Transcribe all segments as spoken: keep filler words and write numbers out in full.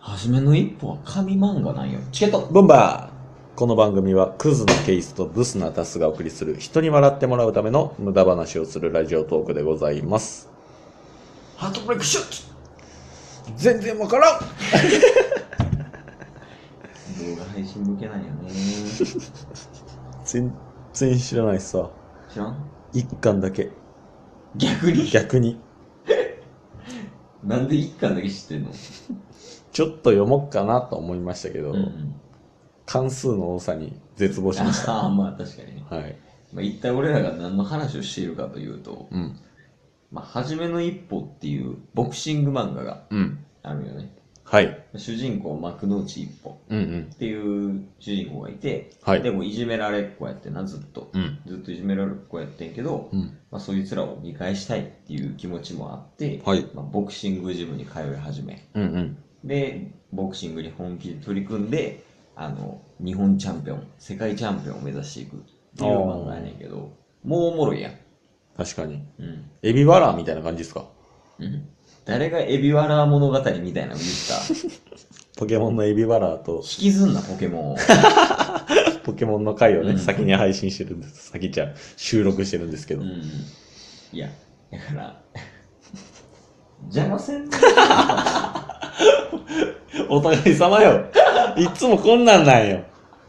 はじめの一歩は神漫画なんよ。チケットボンバー。この番組はクズなケイスとブスなタスがお送りする人に笑ってもらうための無駄話をするラジオトークでございます。 ハートブレイクシュート全然わからん動画配信向けなんよね。 全然知らないさ。 知らん一巻だけ。 逆に逆に。 なんで一巻だけ知ってんの？ ちょっと読もうかなと思いましたけど、 うんうん、 関数の多さに絶望しました。 ああ、まあ確かにね。 はい。 まあ、一体俺らが何の話をしているかというと、 うん。 まあ、はじめの一歩っていうボクシング漫画があるよね。 はい。 主人公、幕の内一歩うんうん。 っていう主人公がいて、 はいでもいじめられっ子やってな、ずっと。 うん。 ずっといじめられっ子やってんけど、 うんまあ、そいつらを見返したいっていう気持ちもあって、 はいまあ、ボクシングジムに通い始め、 うんうん。 で、ボクシングに本気で取り組んで、あの、日本チャンピオン、世界チャンピオンを目指していくっていう漫画やねんけど、もうおもろいやん。 確かに。 うん。 エビワラーみたいな感じですか？ うん。誰がエビワラー物語みたいなの言ったポケモンのエビワラーと引きずんな、ポケモンを。 ポケモンの回をね、 うん先に配信してるんです。先じゃ収録してるんですけど。 うん。いや、だから、邪魔せんな。 お互い様よ。いつもこんなんなんよ。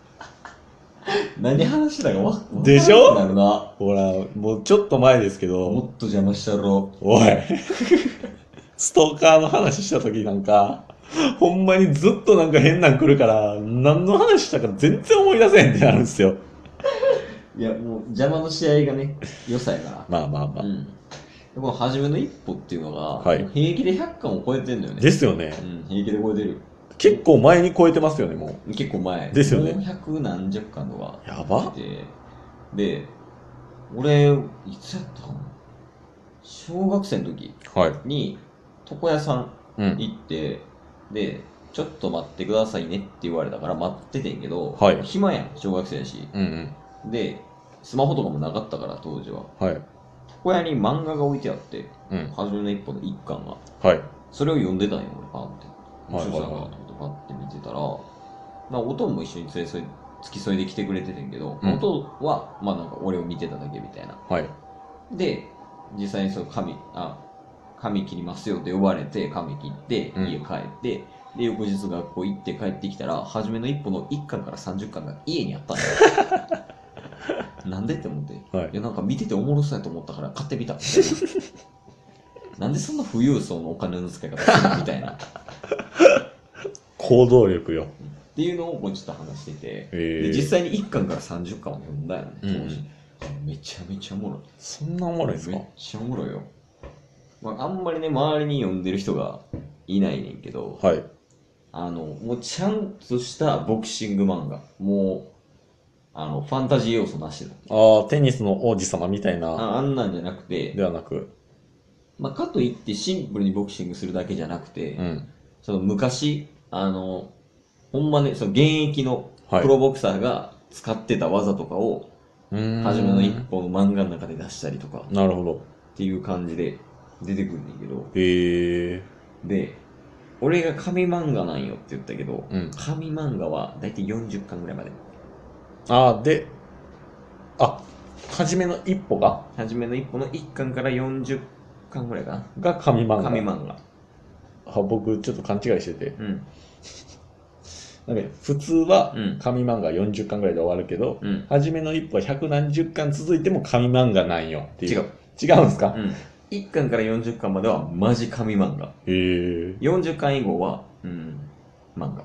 何話したかわかでしょなるな。 ほら、もうちょっと前ですけもど、 っと邪魔したろ。 おい、ストーカーの話した時なんか、ほんまにずっとなんか変なん来るから、何の話したか全然思い出せへんってなるんですよ。 いや、もう邪魔の試合がね、良さやから。 まあまあまあ。 うん。でこの初めの一歩っていうのが、 はいもう平気でひゃっかんを超えてんだよね。 ですよね。 うん、平気で超えてる。 結構前に超えてますよね、も結構前。 ですよねもう百何十巻とか。 やばで、で、俺、いつやったかな小学生の時う。はい。 に、床屋さんうん。 行って、で、ちょっと待ってくださいねって言われたから待っててんけど、 はい暇やん、小学生やし。 うんで、スマホとかもなかったから、当時は。 うん。はい。 床屋に漫画が置いてあって、 うん。 はじめの一歩の一巻が。 はい。 それを読んでたんよ、俺、パンって。面はい白そうだなと思ってパッて見てたら、まあ、おとんも一緒に連れ添い、付き添いで来てくれててんけど、 うんおとんは、まあなんか俺を見てただけみたいな。 はい。 で、実際にその髪、あ、髪切りますよって呼ばれて、髪切って、 うん家帰って、で、翌日学校行って帰ってきたら、初めの一歩のいっかんからさんじゅっかんが家にあったんだよ。なんでって思って。 はいいや、なんか見てておもろそうやと思ったから買ってみたみたいな。なんでそんな富裕層のお金の使い方するみたいな。 行動力よ。 っていうのをこうちょっと話してて、 へーで実際にいっかんからさんじゅっかんを読んだよね、当時。 うんめちゃめちゃおもろい。 そんなおもろいですか？ めっちゃおもろいよ。まあ、あんまりね、周りに読んでる人がいないねんけど、 はい。 あの、もうちゃんとしたボクシング漫画。もう、あの、ファンタジー要素なしの。 ああ、テニスの王子様みたいな、 ああんなんじゃなくて、 ではなく。 まあ、かといってシンプルにボクシングするだけじゃなくて、 うん。 その昔、あの、ほんまね、その現役のはいプロボクサーが使ってた技とかを、 うーん。 初めの一歩の漫画の中で出したりとかっなるほど。 ていう感じで出てくるんだけど、 へえ。 で、俺が紙漫画なんよって言ったけど、 うん紙漫画はだいたいよんじゅっかんぐらいまで。 ああ、で、あ、初めの一歩が初めの一歩のいっかんからよんじゅっかんぐらいかな。 が紙漫画。 紙漫画。 あ、僕ちょっと勘違いしてて。 うん。 なんか普通はうん紙漫画よんじゅっかんぐらいで終わるけど、 うん。 初めの一歩は百何十巻続いても紙漫画なんよっていう。 違う。 違うんですか？ うん。いっかんからよんじゅっかんまではマジ紙漫画。 へえ。 よんじゅっかん以降は、うん、漫画。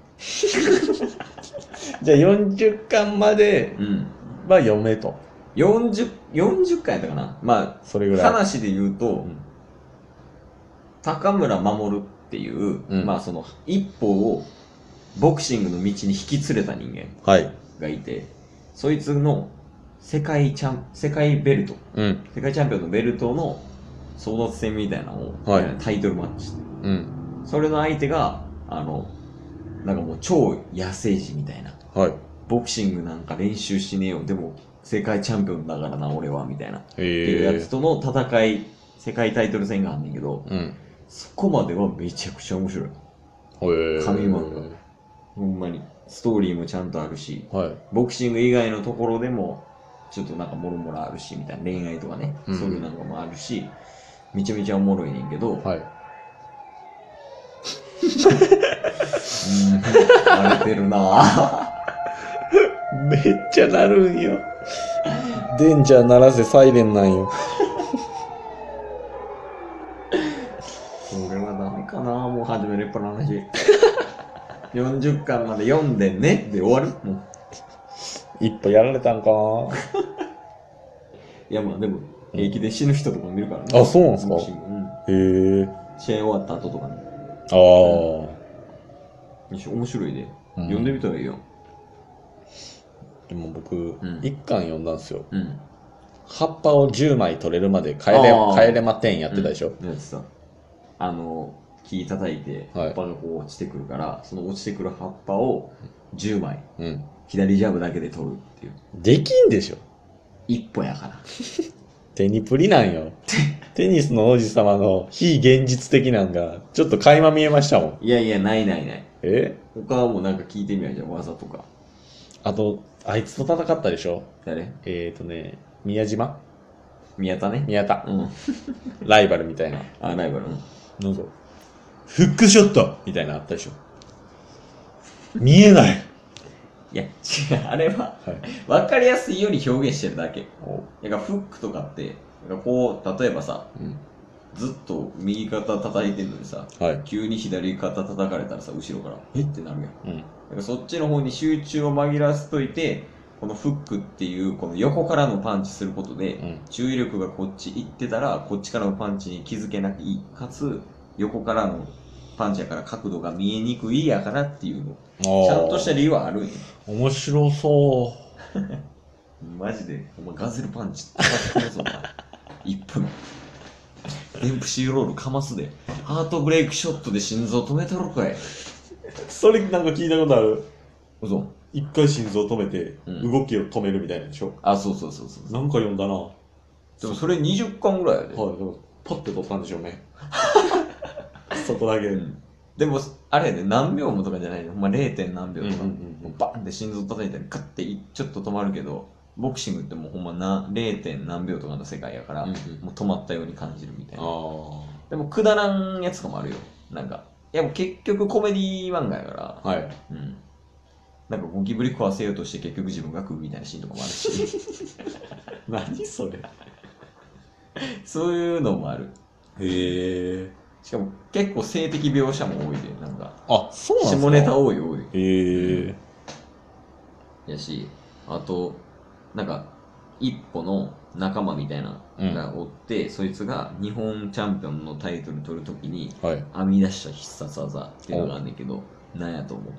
じゃあよんじゅっかんまでうん。 は読めと。 よんじゅう、よんじゅっかんやったかな。まあ、 それぐらい。 話で言うと、 うん高村守っていう、 うんまあその一歩をボクシングの道に引き連れた人間はい。 がいて、そいつの世界チャン、世界ベルト、 うん。 世界チャンピオンのベルトの争奪戦みたいなのを、 はいタイトルマッチして、 うん。 それの相手が、あの、なんかもう超野生児みたいな。 はい。 ボクシングなんか練習しねえよ。でも世界チャンピオンだからな、俺は、みたいな。っていうやへえ。 つとの戦い、世界タイトル戦があんねんけど、 うん。 そこまではめちゃくちゃ面白い。 へー神漫画。ほんまに。ストーリーもちゃんとあるし、 はい。 ボクシング以外のところでも、ちょっとなんかもろもろあるし、みたいな。恋愛とかね、 うんそういうのもあるし、めちゃめちゃおもろいねんけど、 はい。 うーん、荒れてるなぁ。 めっちゃなるんよ。デンジャー鳴らせサイレンなんよ。 これはダメかな、もう始めるっぱな話。よんじゅっかんまで読んでねで終わるもう。 一歩やられたんか。 いやまあでも、平気で死ぬ人とかも見るからね。 あそうなんすかボクシングうん。 へえ。 試合終わった後とかね。 ああ。 面白いで。 うん読んでみたらいいよ。 でも僕、 ん一巻読んだんですよ。 うん。 葉っぱをじゅうまい取れるまで帰れ、 あー帰れまてんやってたでしょ。 うんやつさ。あの、木叩いて、 はい葉っぱがこう落ちてくるから、その落ちてくる葉っぱをじゅうまい、 うん。 左ジャブだけで取るっていう。 できんでしょ。 一歩やから。 テニプリなんよ。テニスの王子様の非現実的なんが、ちょっと垣間見えましたもん。 いやいや、ないないない。 え他はもうなんか聞いてみようじゃん、技とか。 あと、あいつと戦ったでしょ。 誰えーとね、宮島宮田ね。 宮田。 うん。 ライバルみたいな。 あ、ライバル。うん。 なんか、フックショットみたいなのあったでしょ。見えない。 いや、違う、あれは、 はい。 わかりやすいように表現してるだけ。 おだからフックとかって、なんかこう、例えばさ、 うん。 ずっと右肩叩いてんのにさ、 はい。 急に左肩叩かれたらさ、後ろから、えってなるやん。 うん。 だからそっちの方に集中を紛らわせといて、このフックっていう、この横からのパンチすることで、 うん注意力がこっち行ってたら、こっちからのパンチに気づけなくていい。かつ、横からのパンチやから角度が見えにくいやからっていうの。ちゃんとした理由はあるんや。 面白そマジで、お前ガゼルパンチ叩くやつお前。いっぷん。デンプシーロールかますで。ハートブレイクショットで心臓止めたろかい。 う。それなんか聞いたことある。 嘘。 一回心臓止めて、 うん動きを止めるみたいなんでしょ。 あ、そうそうそうそう。 なんか読んだな。はでもそれにじゅっかんぐらいやで。 い。でもパッて取ったんでしょうね。そこだけ。 うんでも、あれやで、何秒もとかじゃないで、ほんま れい. 点何秒とか、 うんうんうんもうバンって心臓叩いたり、カッていちょっと止まるけど、ボクシングってもうほんまな れい. 点何秒とかの世界やから、 うんうんもう止まったように感じるみたいあな。 あ。 でも、くだらんやつとかもあるよ。なんか、いやもう結局コメディ漫画やから、 はい。 うん。なんかゴキブリ食わせようとして結局自分が食うみたいなシーンとかもあるし、 何それ。 そういうのもある。 へえ。 しかも結構性的描写も多いで、なんか、 あ、そうなんですか。 下ネタ多い多い。 へえ。 やし、あと、なんか、一歩の仲間みたいなのがおって、そいつが日本チャンピオンのタイトル取るときにはい。 編み出した必殺技っていうのがあるんだけど、なんやと思う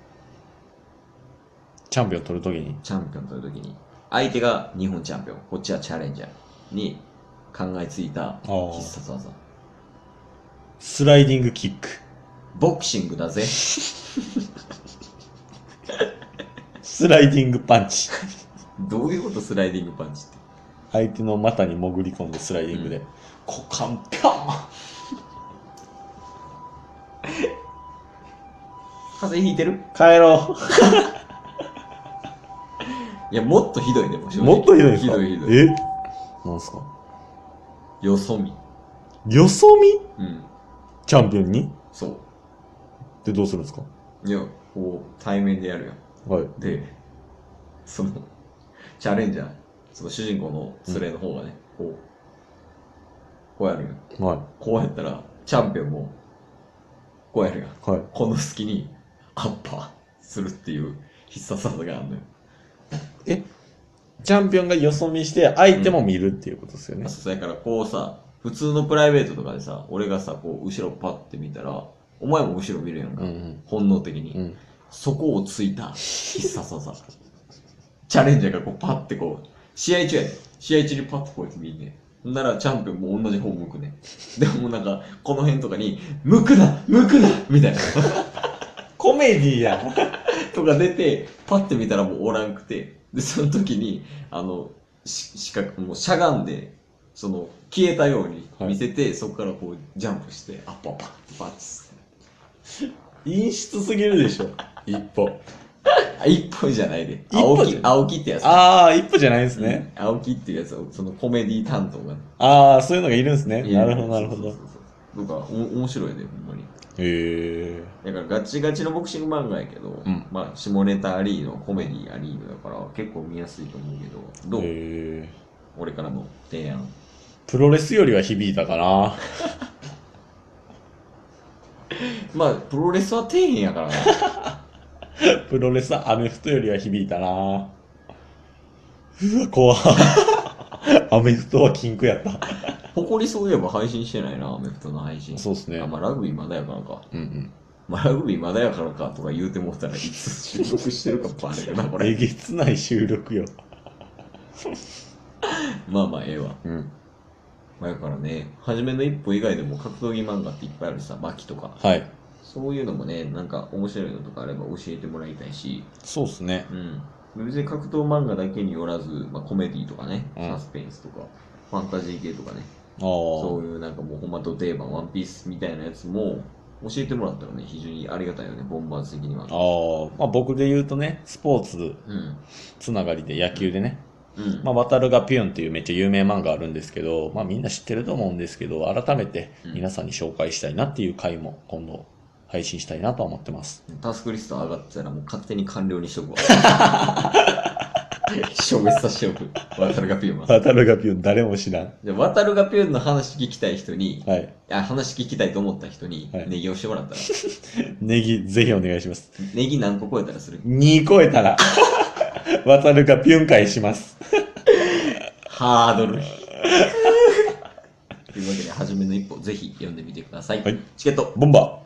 チャンピオン取るときに。 チャンピオン取るときに、相手が日本チャンピオン、こっちはチャレンジャーに考えついた必殺技。 スライディングキック。 ボクシングだぜ。 スライディングパンチ。 どういうことスライディングパンチって。 相手の股に潜り込んでスライディングで、股間ピョン。 風邪ひいてる帰ろいや、もっとひどいでも、 う。 正直もっとひどいですか。 ひどいひどい。 えなんすか。 よそ見。 よそ見うん。 チャンピオンにそでどうするんですか。 う。いや、こう、対面でやるやん。 はい。 で、その、チャレンジャー、その主人公のスレの方がね、こう、こうやるよ。 はい。 こうやったら、チャンピオンも、こうやるやん。 はい。 この隙に、アッパーするっていう必殺技があるのよ。 えチャンピオンがよそ見して相手も見るっていうことですよね。 そうやから、こうさ、普通のプライベートとかでさ、俺がさ、こう、後ろパッて見たら、お前も後ろ見るやんか。 うんうん。 本能的に。 うん。 そこをついた必殺技。チャレンジャーがこうパッてこう、試合中やで。試合中にパッてこうやって見んねん。ならチャンピオンも同じ方向くねん。でもなんか、この辺とかに、向くな向くなみたいな。 コメディやん。 とか出て、パッて見たらもうおらんくて、で、その時に、あの、し、しか、もうしゃがんで、その、消えたように見せて、そこからこう、ジャンプして、あっぱっぱってパッチする。 陰湿すぎるでしょ。一歩。 あ、一歩じゃないで。 一歩じゃ青木、青木ってやつ。 ああ、一歩じゃないんですね。 うん青木っていうやつを、そのコメディ担当がね。 ああ、そういうのがいるんですね。 いるなるほど、なるほど。 そうそうそうそう。とか、お面白いで、ほんまに。 へえ。 だからガチガチのボクシング漫画やけど、 うんまあ、下ネタありのコメディありのだから、結構見やすいと思うけど、どう、 へえ。 俺からの提案。 プロレスよりは響いたかな。 まあ、プロレスは底辺やからな。 プロレスはアメフトよりは響いたな。うわ、怖アメフトは禁句やった。 誇りそういえば配信してないな、アメフトの配信。 そうっすねあ、まあ、ラグビーまだやからか。 うんうん。 まあ、ラグビーまだやからかとか言うてもったらいつ収録してるかバレるな、こえれ。 げつない収録よ。 まあまあ、ええわ。 うん。 まあ、だからね、初めの一歩以外でも格闘技漫画っていっぱいあるしさ、バキとか。 はい。 そういうのもね、なんか面白いのとかあれば教えてもらいたいし、 そうっすね。 うん。別に格闘漫画だけによらず、まあ、コメディとかね、 うんサスペンスとか、ファンタジー系とかね、 あそうあ。 いうなんかもうほんまド定番、ワンピースみたいなやつも教えてもらったらね、非常にありがたいよね、ボンバーズ的には。 ああ。まあ僕で言うとね、スポーツうん。 つながりで野球でね、 うん。 まあ、渡るがピュンっていうめっちゃ有名漫画あるんですけど、まあみんな知ってると思うんですけど、改めて皆さんに紹介したいなっていう回も今度配信したいなとは思ってます。 タスクリスト上がってたらもう勝手に完了にしとくわ。消滅させておく。渡るがピュンは。 渡るがピュン誰も知らん。 じゃあ、渡るがピュンの話聞きたい人に、 はい。 あ話聞きたいと思った人に、 はいネギをしてもらったら、 ネギぜひお願いします。 ネギ何個超えたらするに超えたら、渡るがピュン回します。 ハードル。というわけで、初めの一歩、ぜひ読んでみてください。 はいチケット。 ボンバー